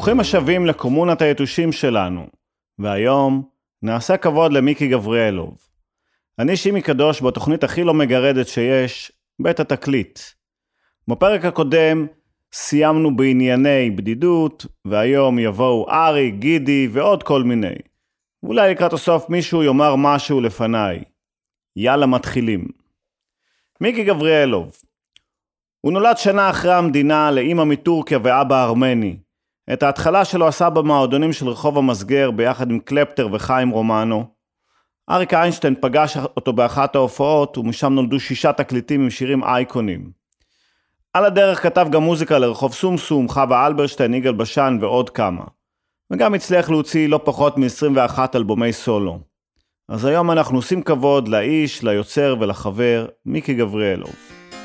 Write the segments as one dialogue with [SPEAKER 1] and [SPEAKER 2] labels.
[SPEAKER 1] ברוכים השבים לקומונת היתושים שלנו, והיום נעשה כבוד למיקי גבריאלוב. אני שימי קדוש בתוכנית הכי לא מגרדת שיש, בית התקליט. בפרק הקודם סיימנו בענייני בדידות, והיום יבואו ארי, גידי ועוד כל מיני. ואולי לקראת הסוף מישהו יאמר משהו לפניי. יאללה מתחילים. מיקי גבריאלוב. הוא נולד שנה אחרי המדינה לאמא מטורקיה ואבא ארמני. את ההתחלה שלו עשה במועדונים של רחוב המסגר ביחד עם קלפטר וחיים רומנו. אריק איינשטיין פגש אותו באחת ההופעות ומשם נולדו 6 תקליטים עם שירים אייקונים. על הדרך כתב גם מוזיקה לרחוב סומסום, חווה אלברשטיין, יגאל בשן ועוד כמה. וגם הצליח להוציא לא פחות מ-21 אלבומי סולו. אז היום אנחנו עושים כבוד לאיש, ליוצר ולחבר, מיקי גבריאלוב.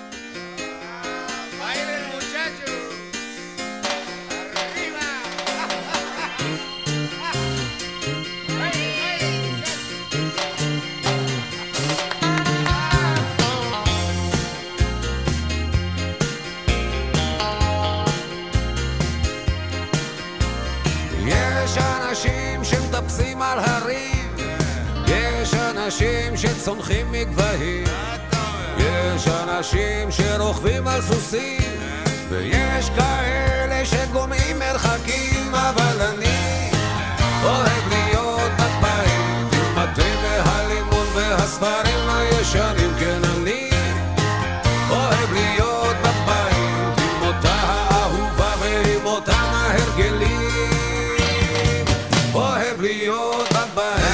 [SPEAKER 2] אנשים שצונחים מגבהים, יש אנשים שרוכבים על סוסים, ויש כאלה שגומעים מרחקים, אבל אני אוהב להיות בבית עם התה והלימון והספרים הישנים. כן, אני אוהב להיות בבית עם אותה האהובה ועם אותם ההרגלים. אוהב להיות בבית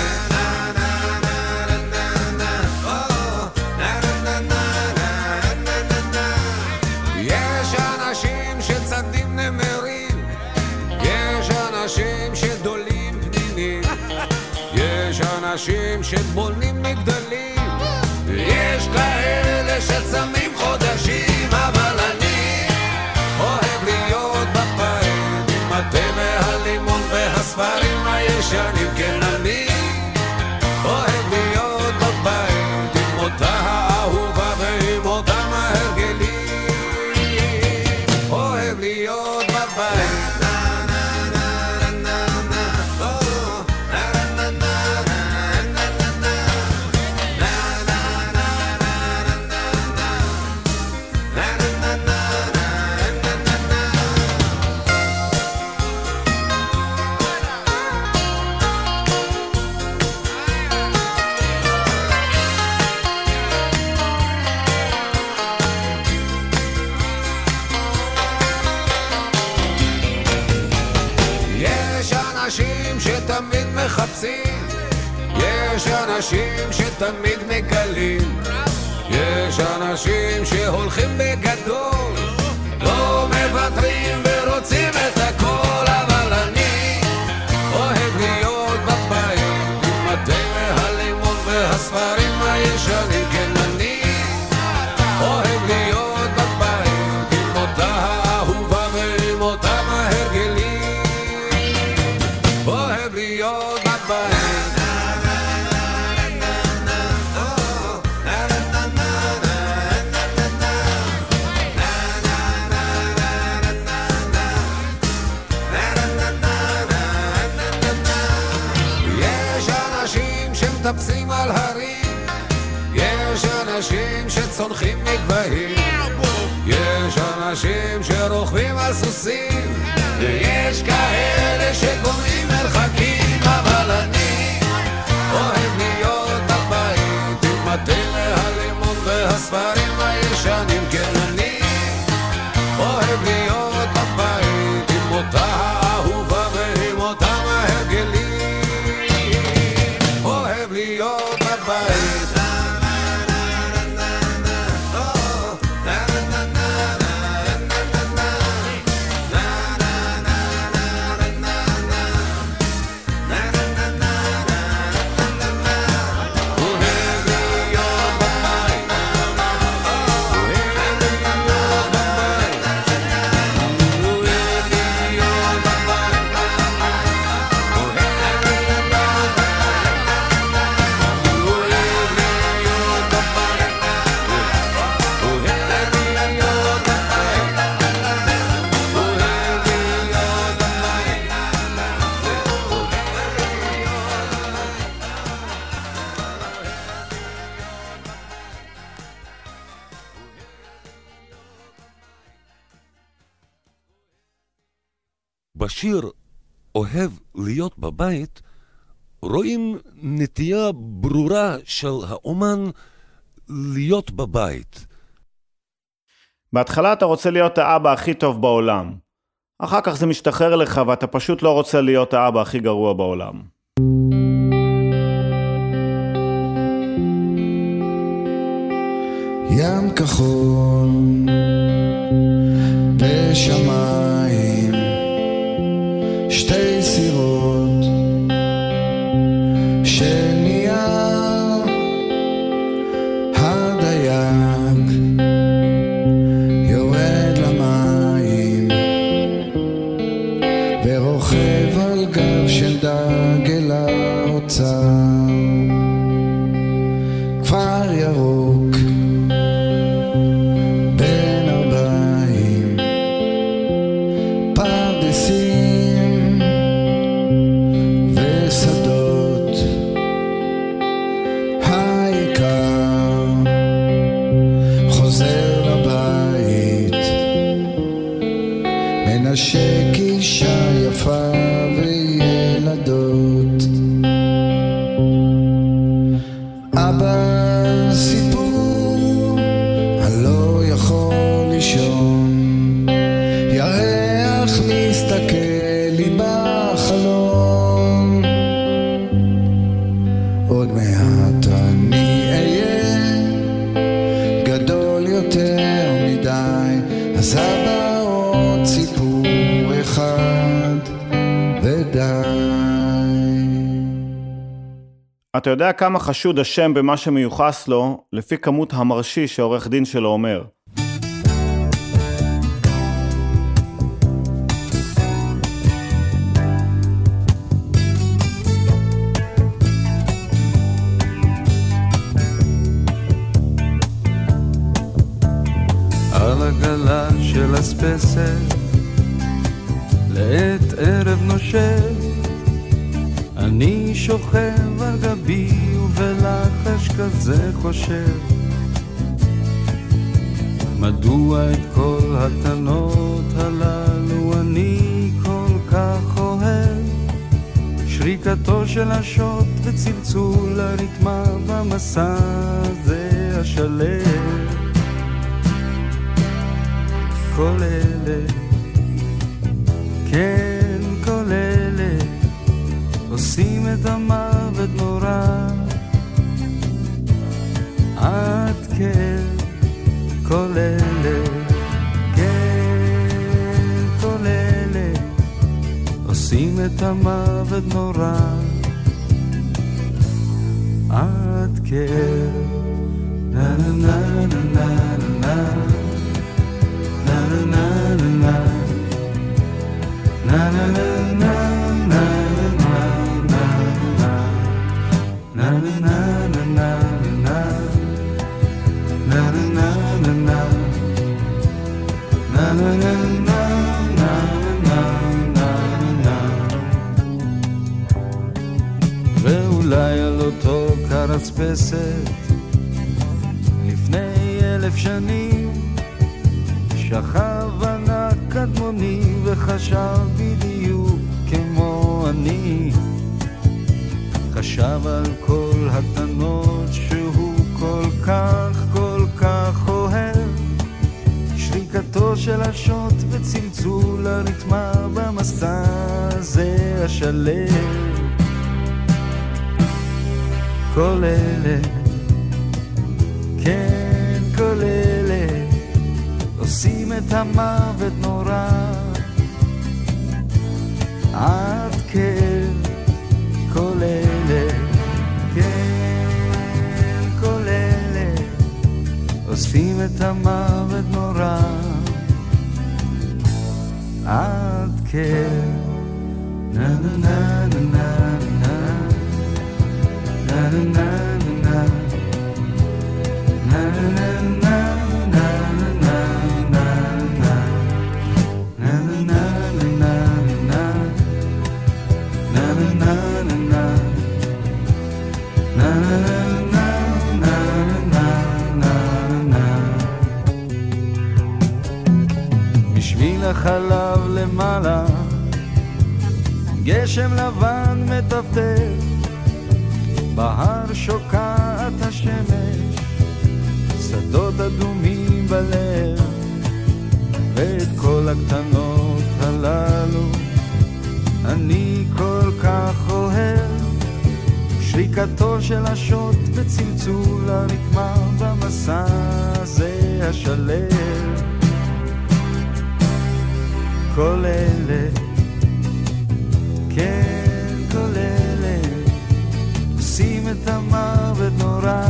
[SPEAKER 2] אנשים שבונים מגדלים, יש כאלה שצמים חודשים, אבל אני אוהב להיות בבית עם התה והלימון והספרים הישנים. כן, אני אוהב להיות בבית עם אותה האהובה ועם אותם ההרגלים. אוהב להיות בבית שתמיד מחפשים, יש אנשים שתמיד מגלים, יש אנשים שהולכים בגדול, לא מוותרים ורוצים את הכל, אבל אני אוהב להיות בבית עם התה והלימון והספרים הישנים. כן, אני אוהב להיות בבית עם אותה האהובה ועם אותם ההרגלים. להיות בבית יש אנשים שמטפסים על הרים, יש אנשים שצונחים מגבהים, יש אנשים שרוכבים על סוסים, ויש כאלה שגומעים מרחקים, אבל אני אוהב להיות בבית עם התה והלימון והספרים הישנים. כן, אני אוהב להיות בבית עם אותה האהובה ועם אותם ההרגלים. אוהב להיות בבית
[SPEAKER 3] ובשיר אוהב להיות בבית, רואים נטייה ברורה של האומן להיות בבית.
[SPEAKER 1] בהתחלה אתה רוצה להיות האבא הכי טוב בעולם. אחר כך זה משתחרר לך ואתה פשוט לא רוצה להיות האבא הכי גרוע בעולם.
[SPEAKER 2] ים כחול בשמיים, שתי סירות של נייר, הדייג יורד למים ורוכב על גב של דג אל האוצר. כפר ירוק בין ארבעים, פרדסים ושדות, העיקר חוזר לבית, מנשק אישה יפה וילדות. אבא סיפור, אני לא יכול לישון, ירח מסתכל לי בחלום, עוד מעט אני אהיה גדול יותר מדי, אז אבא עוד סיפור אחד ודי.
[SPEAKER 1] אתה יודע כמה חשוד השם במה שמיוחס לו, לפי כמות המרשי שעורך דין שלו אומר.
[SPEAKER 4] על הגלה של הספסת, לעת ערב נושב, אני שוכב על גבי ובלחש כזה חושב, מדוע את כל התנות הללו אני כל כך אוהב, שריקתו של השוט וצלצול הריתמה במסע הזה השלב. כל אלה, כן כל אלה, עושים את המוות נורא, עד כן כל אלה, כן כל אלה, עושים את המוות נורא, עד כן. נה נה נה נה נה נה נה נה נה נה ואולי על אותו קרצפסת לפני 1000 שנים שכב ענק קדמוני וחשב בדיוק כמו אני, חשב על כל התנות שהוא כל כך אוהב, שריקתו של השוט וצלצול הריתמה במסע הזה השלב. כל אלה, כן כל אלה, עושים את המוות נורא, עד כן כל אלה, כן כל אלה, עושים את המוות נורא, עד כן. נה נה נה נה נה נה נה נה נה בשביל החלב למעלה גשם לבן מטפטף, בהר שוקעת השמש, שדות אדומים בלב, ואת כל הקטנות הללו אני כל כך אוהב. שריקתו של השוט וצלצול הרקמה במסע הזה השלב. כל אלה, כן כל אלה, עושים את המוות נורא,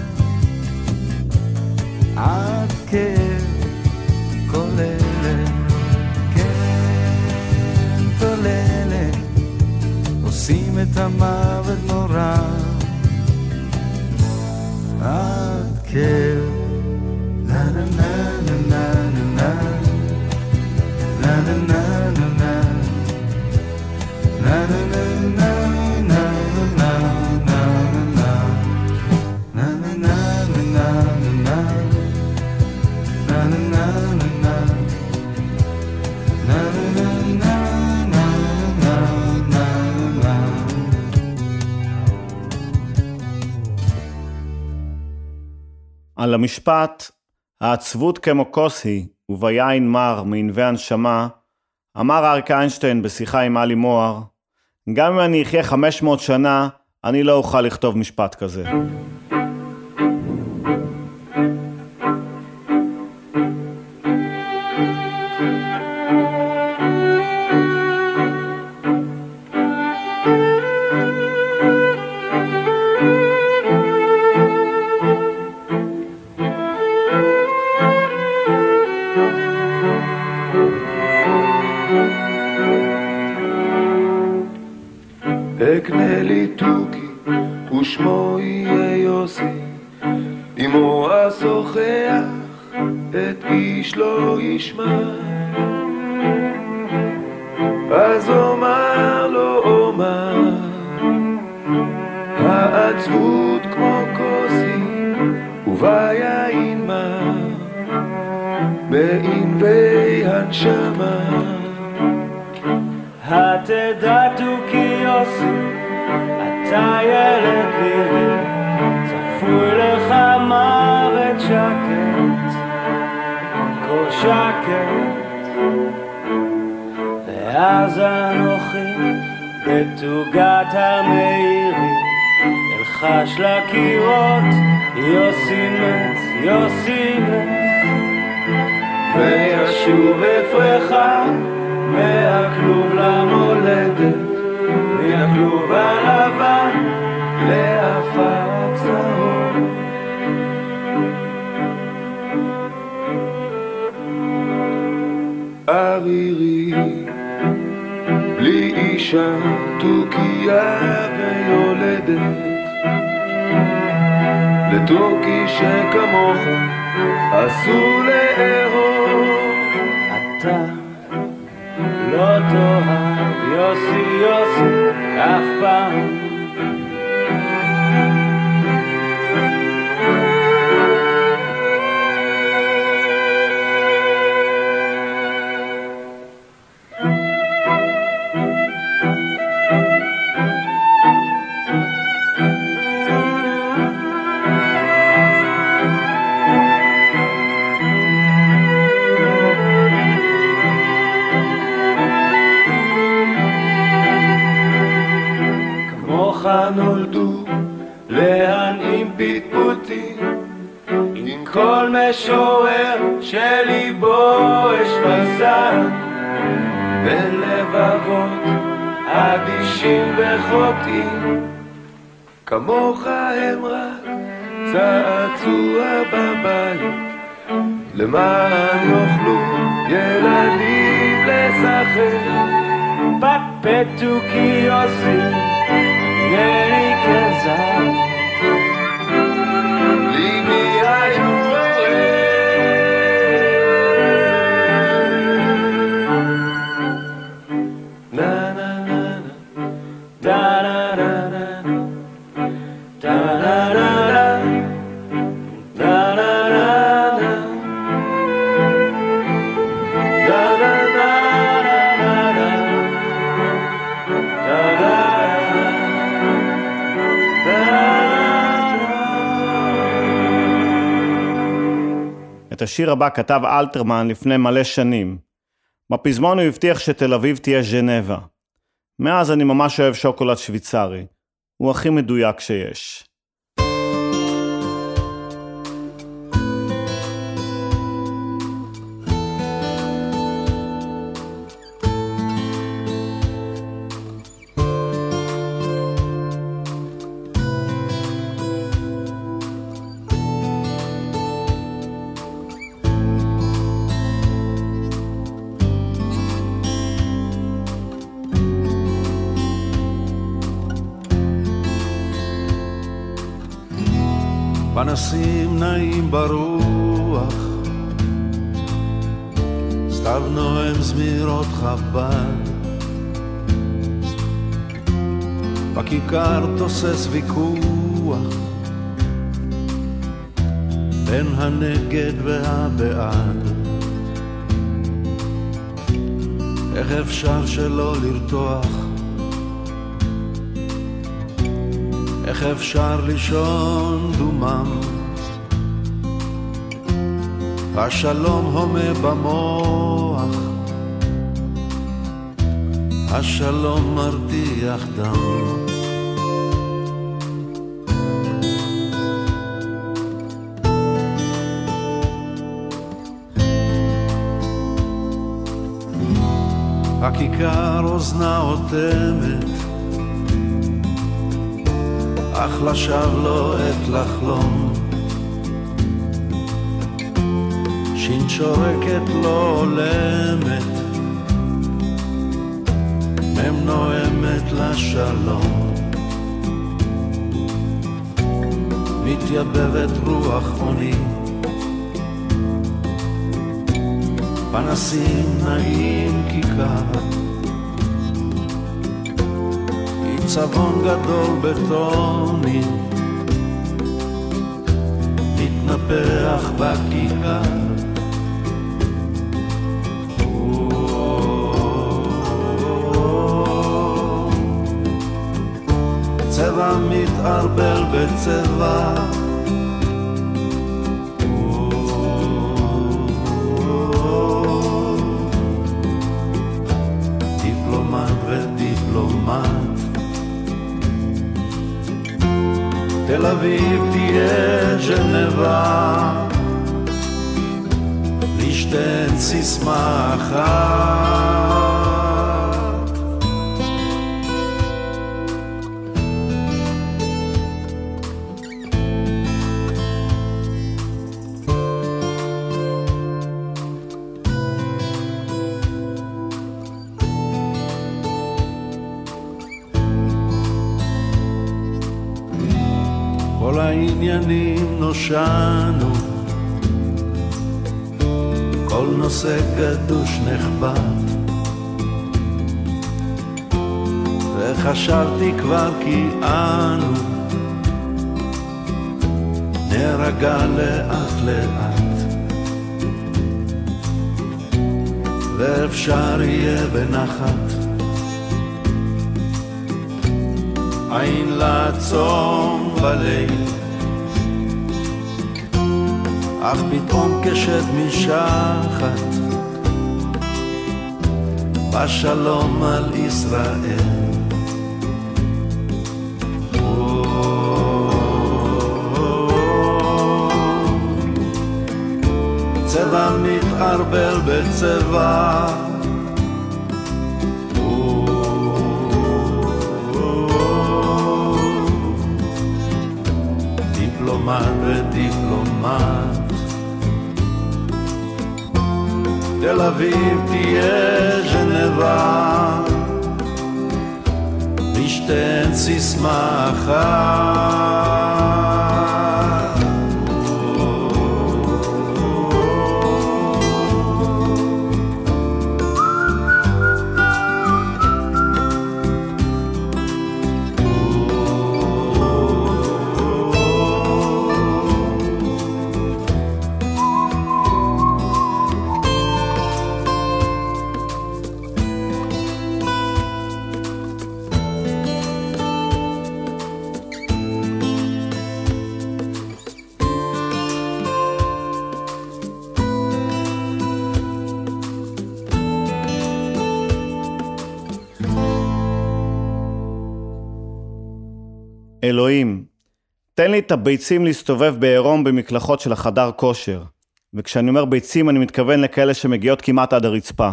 [SPEAKER 4] עד כאב. כל אלה, כן כל אלה, עושים את המוות נורא, עד כאב. נה נה נה נה נה נה נה נה
[SPEAKER 1] על המשפט, העצבות כמו כוס היא, וביין מר מענבי הנשמה, אמר אריק איינשטיין בשיחה עם אלי מוהר, גם אם אני אחיה 500 שנה, אני לא אוכל לכתוב משפט כזה.
[SPEAKER 5] אקנה לי תוכי ושמו יהיה יוסי, אמו אשוחח את איש לא ישמע, אז אומר לו אומר, העצבות כמו כוסי וביין מר בענבי הנשמה.
[SPEAKER 6] התדע תוכי יוסי, אתה ילד לירי, צפוי לך מוות שקט, כה שקט. ואז אנוכי בתוגת המאירי, אלחש לקירות, יוסי מת, יוסי מת. וישוב אפרחה מהכלוב למולדת, מן הכלוב הלבן לעפר צהוב.
[SPEAKER 5] ערירי בלי אישה תוכיה ויולדת, לתוכי שכמוך אסור לאהוב.
[SPEAKER 6] אתה לא תאהב יוסי יוסי אף פעם.
[SPEAKER 5] נולדו להנעים פטפוטים, עם כל משורר שליבו אשפזה, בין לבבות אדישים וחוטאים, כמוך הם רק צעצוע בבית, למען יוכלו ילדים לשחק.
[SPEAKER 6] פטפטוקי יוסי נרי כזר,
[SPEAKER 5] ליבי היו na na na da da da da da da da da da da da da da
[SPEAKER 1] את השיר הבא כתב אלתרמן לפני מלא שנים. בפזמון הוא הבטיח שתל אביב תהיה ז'נבה. מאז אני ממש אוהב שוקולד שוויצרי. הוא הכי מדויק שיש.
[SPEAKER 7] פנסים נעים ברוח, סתיו נועם זמירות חב"ד, בכיכר תוסס ויכוח בין הנגד והבעד. איך אפשר שלא לרתוח? איך אפשר לישון דומם? השלום הומה במוח, השלום מרתיח דם. הכיכר אוזנה אוטמת, אך לשווא לא עת לחלום. שין שורקת לא עולמת, מם נועמת לשלום. מתייבבת רוח עוני, פנסים נעים כיכר, צבון גדול בטוני, מתנפח בכיכר. צבע מתערבל בצבע, דיפלומט ודיפלומט. תל אביב תהיה ז'נבה, לשתן סיסמה אחת. כל העניינים נושענו, כל נושא גדוש נחבט, וחשבתי כבר כי אנו נרגע לאט לאט, ואפשר יהיה בנחת עין לעצום בליל. אך פתאום כשד משחת בשלום על ישראל. צבע מתערבל בצבע, דיפלומט ודיפלומט. תל אביב תהיה ז'נבה, לשתן סיסמה אחת.
[SPEAKER 1] אלוהים, תן לי את הביצים להסתובב בעירום במקלחות של החדר כושר. וכשאני אומר ביצים אני מתכוון לכאלה שמגיעות כמעט עד הרצפה.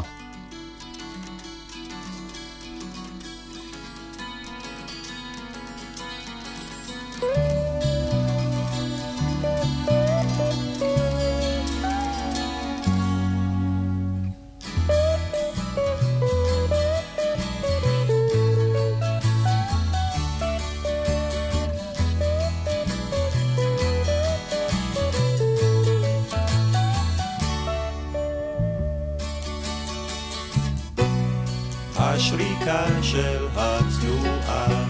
[SPEAKER 8] השריקה של התנועה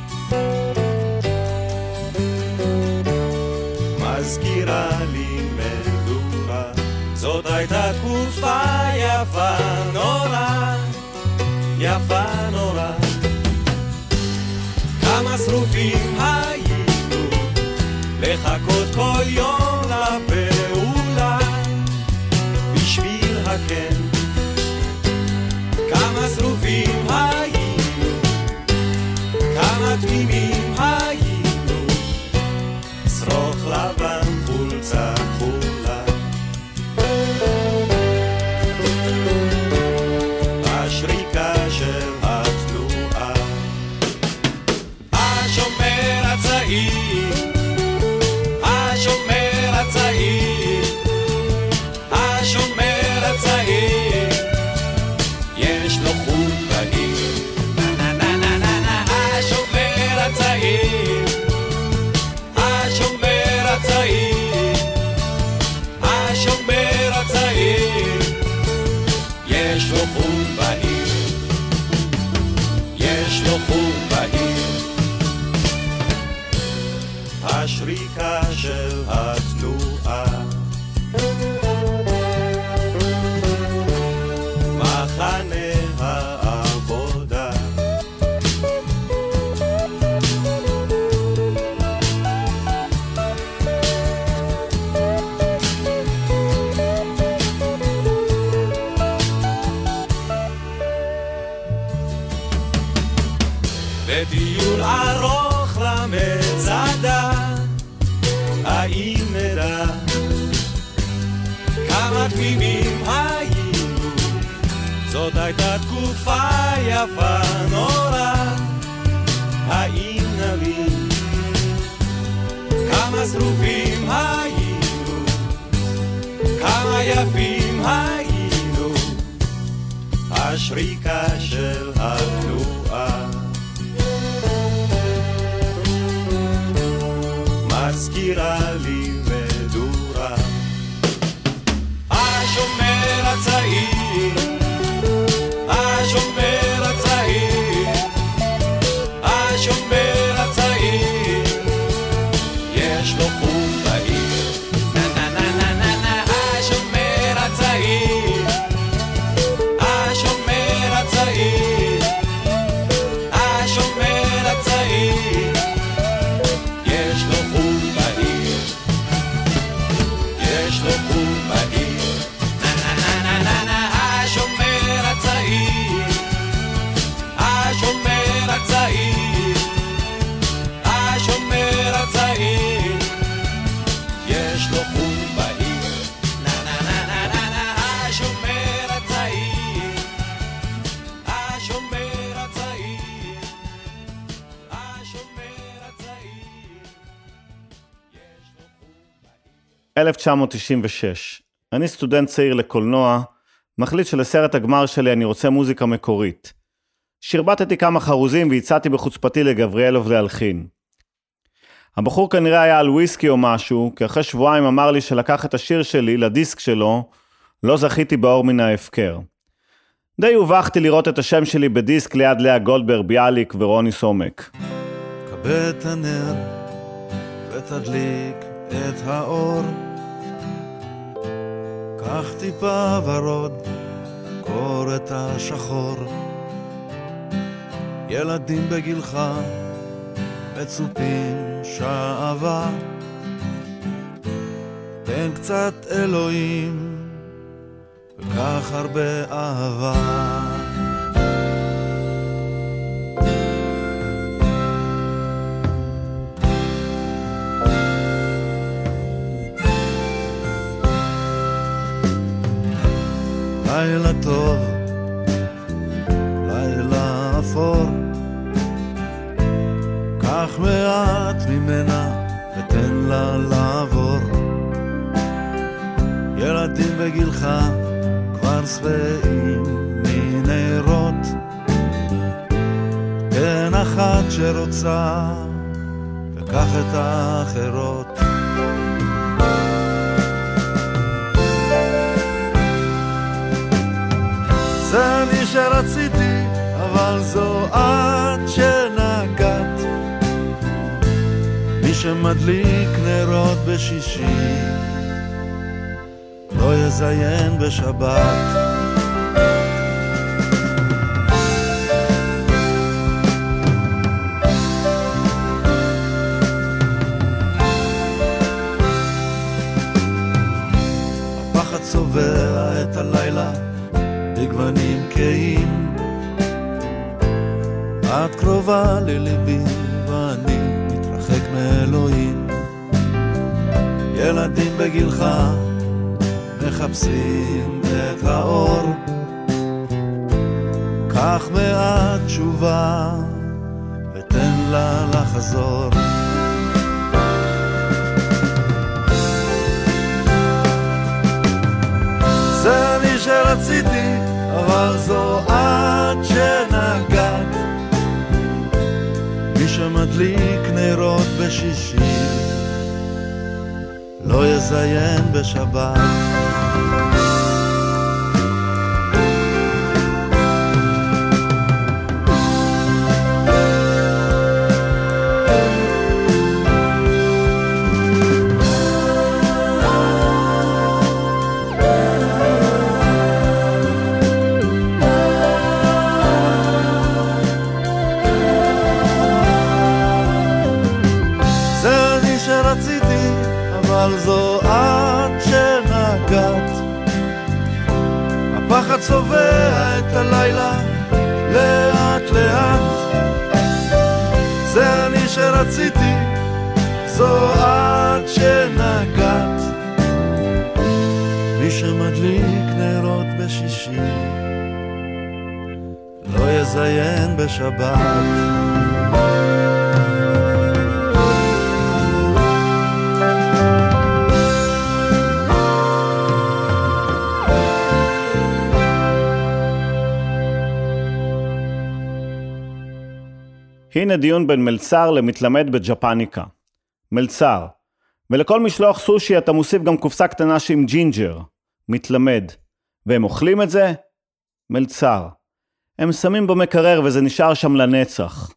[SPEAKER 8] מזכירה לי מדורה, זאת הייתה תקופה יפה נורא, יפה נורא. כמה שרופים היינו לחכות כל יום לפעולה בשביל הכן. כמה שרופים היינו, כמה תמימים היינו, שרוך לבן חולצה כחולה. השריקה של התנועה, השומר הצעיר, השומר הצעיר, השומר הצעיר, יש לו חום בעיר, נה נה נה נה נה, השומר הצעיר, השומר הצעיר, השומר הצעיר, יש לו חום בעיר, יש לו חום בעיר. השריקה של התנועה, מחנה העבודה, וטיול ארוך למצדה, האם נדע כמה תמימים היינו, זאת הייתה תקופה יפה נורא, האם נבין כמה שרופים היינו, כמה יפים היינו. השריקה של התנועה מזכירה לי מדורה, השומר הצעיר, השומר הצעיר, השומר הצעיר, יש לו חום בעיר, נה נה נה נה נה נה, השומר הצעיר, השומר הצעיר, השומר הצעיר, יש לו חום בעיר, יש לו חום בעיר, נה נה נה נה נה, השומר הצעיר, השומר הצעיר, השומר הצעיר, יש לו חום בעיר, נה נה נה נה נה נה, השומר הצעיר, השומר הצעיר, השומר הצעיר, יש לו חום בעיר.
[SPEAKER 1] 1996. אני סטודנט צעיר לקולנוע, מחליט שלסרט הגמר שלי אני רוצה מוזיקה מקורית. שרבטתי כמה חרוזים והצעתי בחוצפתי לגבריאלוב להלחין. הבחור כנראה היה על וויסקי או משהו, כי אחרי שבועיים אמר לי שלקח את השיר שלי לדיסק שלו, לא זכיתי באור מן ההפקר. די הובכתי לראות את השם שלי בדיסק ליד לאה גולדברג ביאליק ורוני סומק.
[SPEAKER 7] כבד הנר ותדליק את האור, קח טיפה ורוד, קור את השחור. ילדים בגילך מצופים שעבה, תן קצת אלוהים וקח הרבה אהבה.
[SPEAKER 4] לילה טוב, לילה אפור, קח מעט ממנה ותן לה לעבור. ילדים בגילך כבר שבעים מנרות, תן אחת שרוצה וקח את האחרות. זה אני שרציתי, אבל זו את שנגעת. מי שמדליק נרות בשישי לא יזיין בשבת. הפחד צובע את הלילה בגוונים קיים, את קרובה לליבי ואני מתרחק מאלוהים. ילדים בגילך מחפשים את האור, קח מעט תשובה ותן לה לחזור. זה אני שרציתי, אבל זו את שנגעת. מי שמדליק נרות בשישי לא יזיין בשבת. אבל זו את שנגעת. הפחד צובע את הלילה לאט לאט. זה אני שרציתי, זו את שנגעת. מי שמדליק נרות בשישי לא יזיין בשבת.
[SPEAKER 1] הנה דיון בין מלצר למתלמד בג'פניקה. מלצר, ולכל משלוח סושי אתה מוסיף גם קופסה קטנה עם ג'ינג'ר. מתלמד, והם אוכלים את זה? מלצר, הם שמים במקרר וזה נשאר שם לנצח.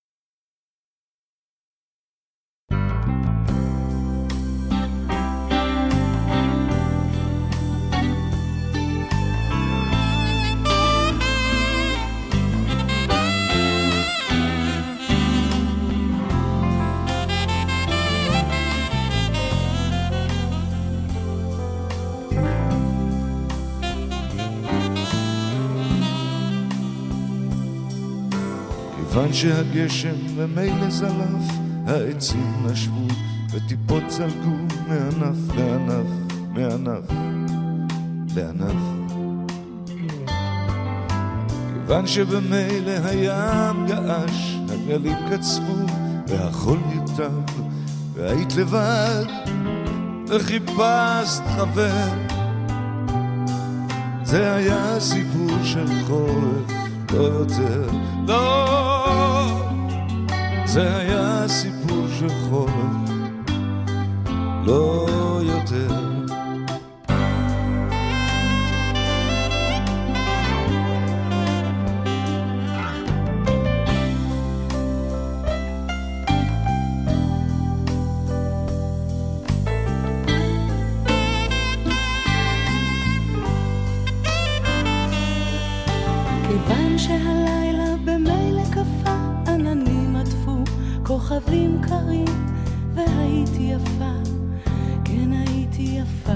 [SPEAKER 9] כיוון שהגשם ומילא זלף, העצים נשבו וטיפות זלגו מענף לענף, מענף לענף. כיוון שבמילא הים געש, הגלים קצבו והחול נרטב, והיית לבד וחיפשת חבר. זה היה סיפור של חורף, לא יותר, לא. זה היה סיפור של חורף, לא יותר.
[SPEAKER 10] כיוון שהלילה במילא קפה, עננים עטפו כוכבים קרים, והייתי יפה, כן הייתי יפה.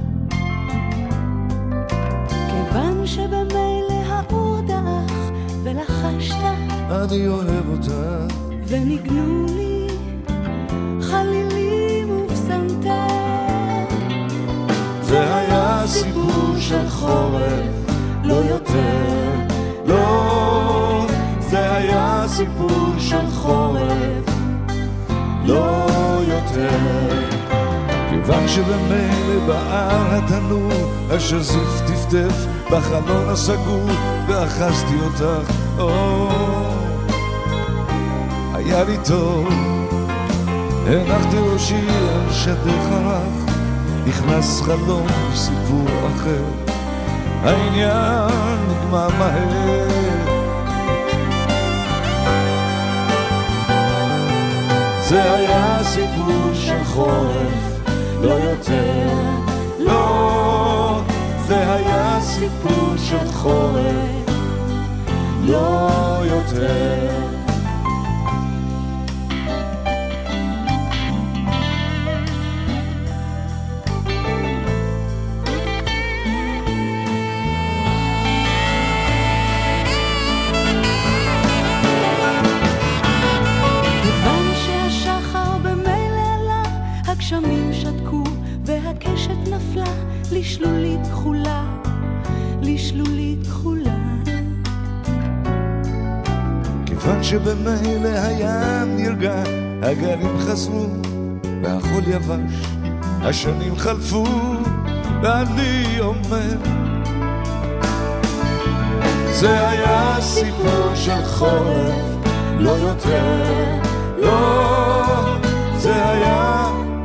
[SPEAKER 10] כיוון שבמילא האור דעך ולחשת,
[SPEAKER 9] אני אוהב אותך,
[SPEAKER 10] וניגנו לי חלילים ופסנתר.
[SPEAKER 9] זה היה סיפור של חורף, יותר, לא, זה היה סיפור של חורף, לא יותר. כיוון שבמילא בער התנור, השזיף טפטף בחלון הסגור, ואחזתי אותך, היה לי טוב. הנחתי ראשי על שדך רך, נכנס חלום סיפור אחר, העניין נגמר מהר. זה היה סיפור של חורף, לא יותר, לא, זה היה סיפור של חורף, לא יותר.
[SPEAKER 10] הגשמים שתקו והקשת נפלה לשלולית כחולה, לשלולית כחולה.
[SPEAKER 9] כיוון שבמילא הים נרגע, הגלים חזרו והחול יבש, השנים חלפו ואני אומר, זה היה סיפור של חורף, לא יותר, לא, זה היה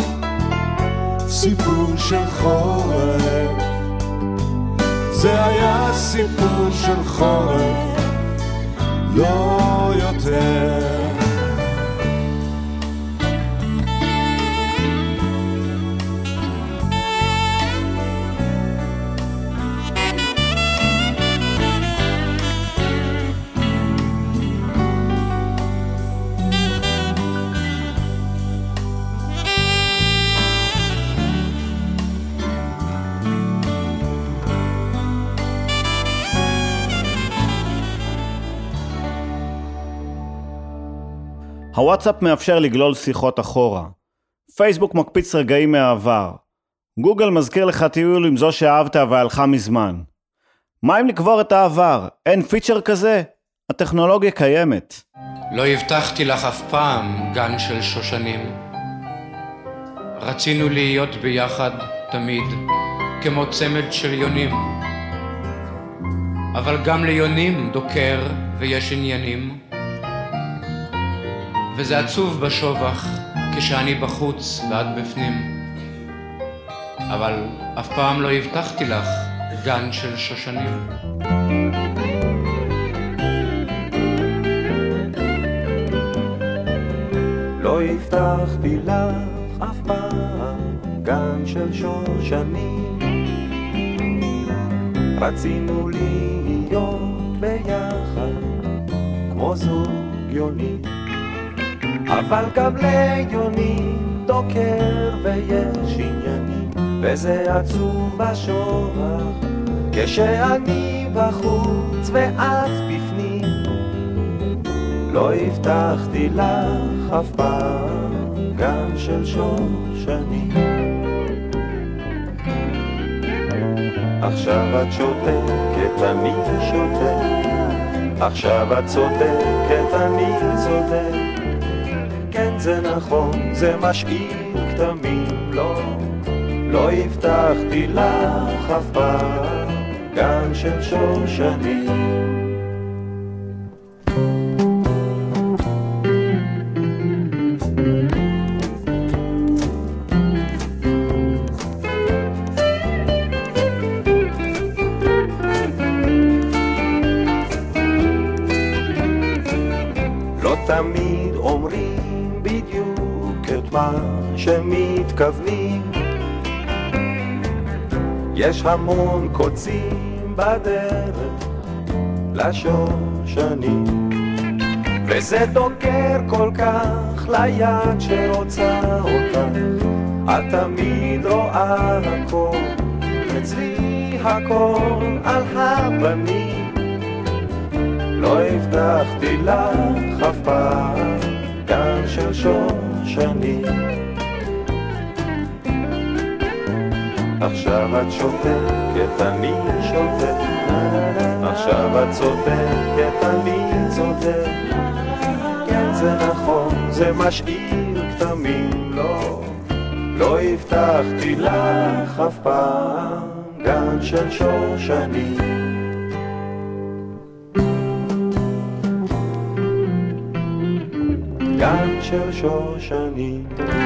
[SPEAKER 9] סיפור של חורף, זה היה סיפור של חורף, לא יותר.
[SPEAKER 1] הוואטסאפ מאפשר לגלול שיחות אחורה. פייסבוק מקפיץ רגעים מהעבר. גוגל מזכיר לך טיול עם זו שאהבת והלכה מזמן. מה אם לקבור את העבר? אין פיצ'ר כזה? הטכנולוגיה קיימת.
[SPEAKER 11] לא הבטחתי לך אף פעם גן של שושנים. רצינו להיות ביחד תמיד, כמו צמד של יונים. אבל גם ליונים דוקר ויש עניינים. וזה עצוב בשובח כשאני בחוץ ואת בפנים. אבל אף פעם לא הבטחתי לך גן של שושנים.
[SPEAKER 6] לא הבטחתי לך אף פעם גן של שושנים. רצינו להיות ביחד כמו זוג יונים. אבל גם ליונים דוקר ויש עניינים, וזה עצוב בשובח כשאני בחוץ ואת בפנים. לא הבטחתי לך אף פעם גן של שושנים. עכשיו את שותקת, אני שותק, עכשיו את צודקת, אני צודק. כן זה נכון, זה משאיר כתמים, לא הבטחתי לך אף פעם גן של שושנים. לא תמיד אומרים בדיוק מה שמתכוונים, יש המון קוצים בדרך לשושנים, וזה דוקר כל כך ליד שרוצה אותך. את תמיד רואה הכל, אצלי הכל על הפנים. לא הבטחתי לך אף פעם גן של שושנים. עכשיו את שותקת, אני שותק, עכשיו את צודקת, אני צודק. כן זה נכון, זה משאיר כתמים, לא הבטחתי לך אף פעם גן של שושנים. גן של שושנים.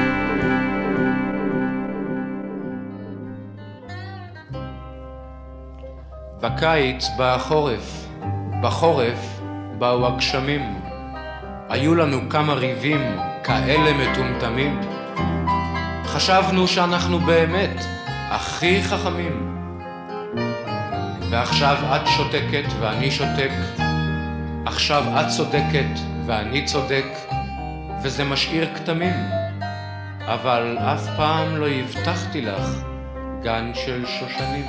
[SPEAKER 11] בקיץ בא החורף, בחורף באו הגשמים. היו לנו כמה ריבים כאלה מטומטמים. חשבנו שאנחנו באמת הכי חכמים. ועכשיו את שותקת ואני שותק. עכשיו את צודקת ואני צודק. וזה משאיר כתמים. אבל אף פעם לא הבטחתי לך גן של שושנים.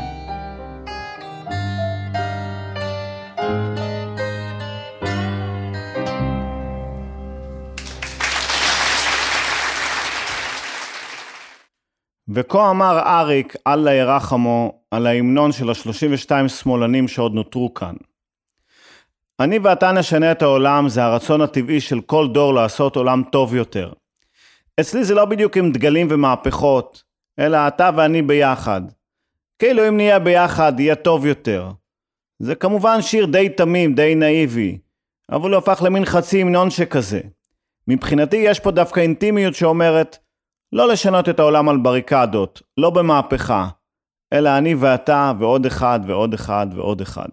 [SPEAKER 1] וכה אמר אריק, אללה ירחמו, על ההמנון של 32 שמאלנים שעוד נותרו כאן. אני ואתה נשנה את העולם, זה הרצון הטבעי של כל דור לעשות עולם טוב יותר. אצלי זה לא בדיוק עם דגלים ומהפכות, אלא אתה ואני ביחד. כאילו אם נהיה ביחד יהיה טוב יותר. זה כמובן שיר די תמים, די נאיבי, אבל הוא הפך למין חצי המנון שכזה. מבחינתי יש פה דווקא אינטימיות שאומרת, לא לשנות את העולם על בריקדות, לא במהפכה, אלא אני ואתה ועוד אחד ועוד אחד ועוד אחד.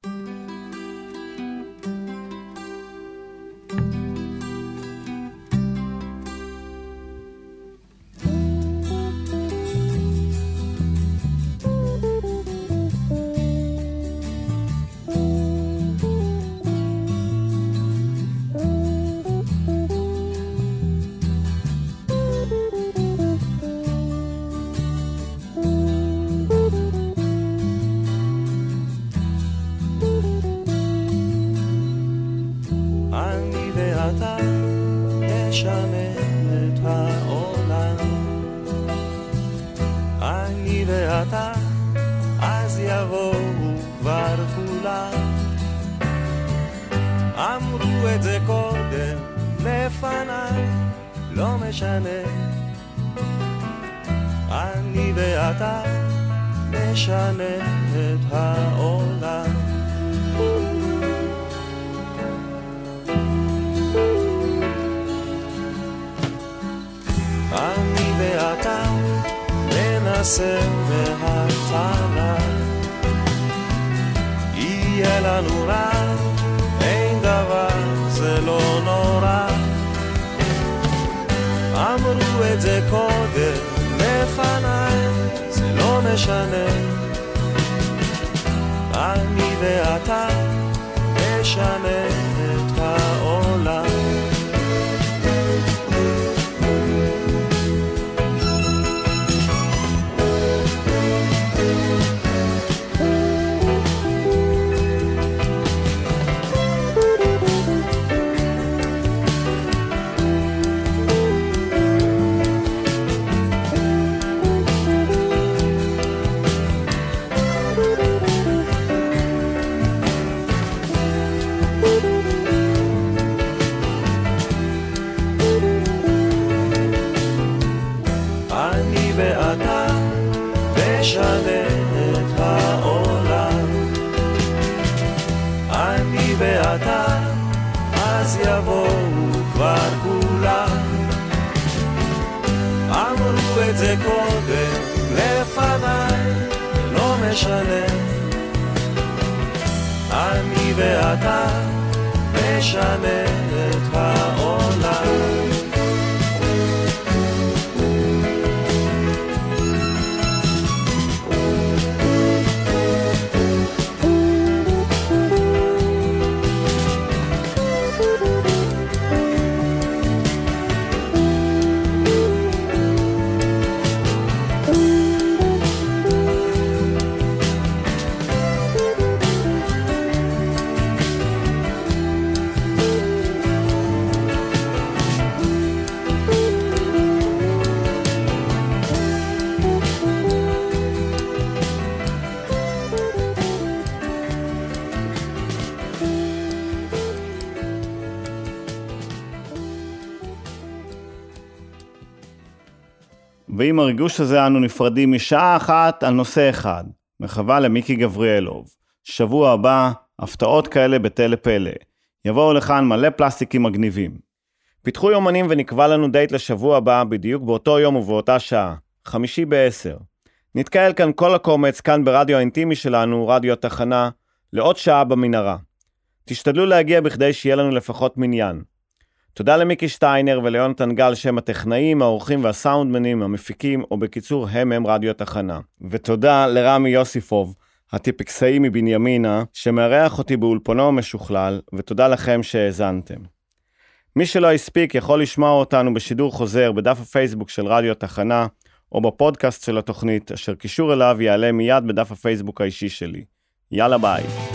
[SPEAKER 6] אז יבואו כבר כולם. אמרו את זה קודם לפניי, לא משנה. אני ואתה נשנה את העולם. אני ואתה ננסה מההתחלה, יהיה לנו רע, אין דבר, זה לא נורא. אמרו את זה קודם לפניי, זה לא משנה. אני ואתה נשנה את העולם. נשנה את העולם. אני ואתה, אז יבואו כבר כולם. אמרו את זה קודם לפניי, לא משנה. אני ואתה נשנה את העולם.
[SPEAKER 1] ועם הריגוש הזה אנו נפרדים משעה אחת על נושא אחד. מחווה למיקי גבריאלוב. שבוע הבא, הפתעות כאלה בתל פלא. יבואו לכאן מלא פלסטיקים מגניבים. פיתחו יומנים ונקבע לנו דייט לשבוע הבא, בדיוק באותו יום ובאותה שעה. 5:50. נתקהל כאן כל הקומץ, כאן ברדיו האינטימי שלנו, רדיו התחנה, לעוד שעה במנהרה. תשתדלו להגיע בכדי שיהיה לנו לפחות מניין. תודה למיקי שטיינר וליונתן גל שם הטכנאים, האורחים והסאונדמנים, המפיקים, או בקיצור הם רדיו התחנה. ותודה לרמי יוסיפוב, הטיפקסאי מבנימינה, שמארח אותי באולפנו המשוכלל, ותודה לכם שהאזנתם. מי שלא הספיק יכול לשמוע אותנו בשידור חוזר בדף הפייסבוק של רדיו התחנה, או בפודקאסט של התוכנית, אשר קישור אליו יעלה מיד בדף הפייסבוק האישי שלי. יאללה ביי.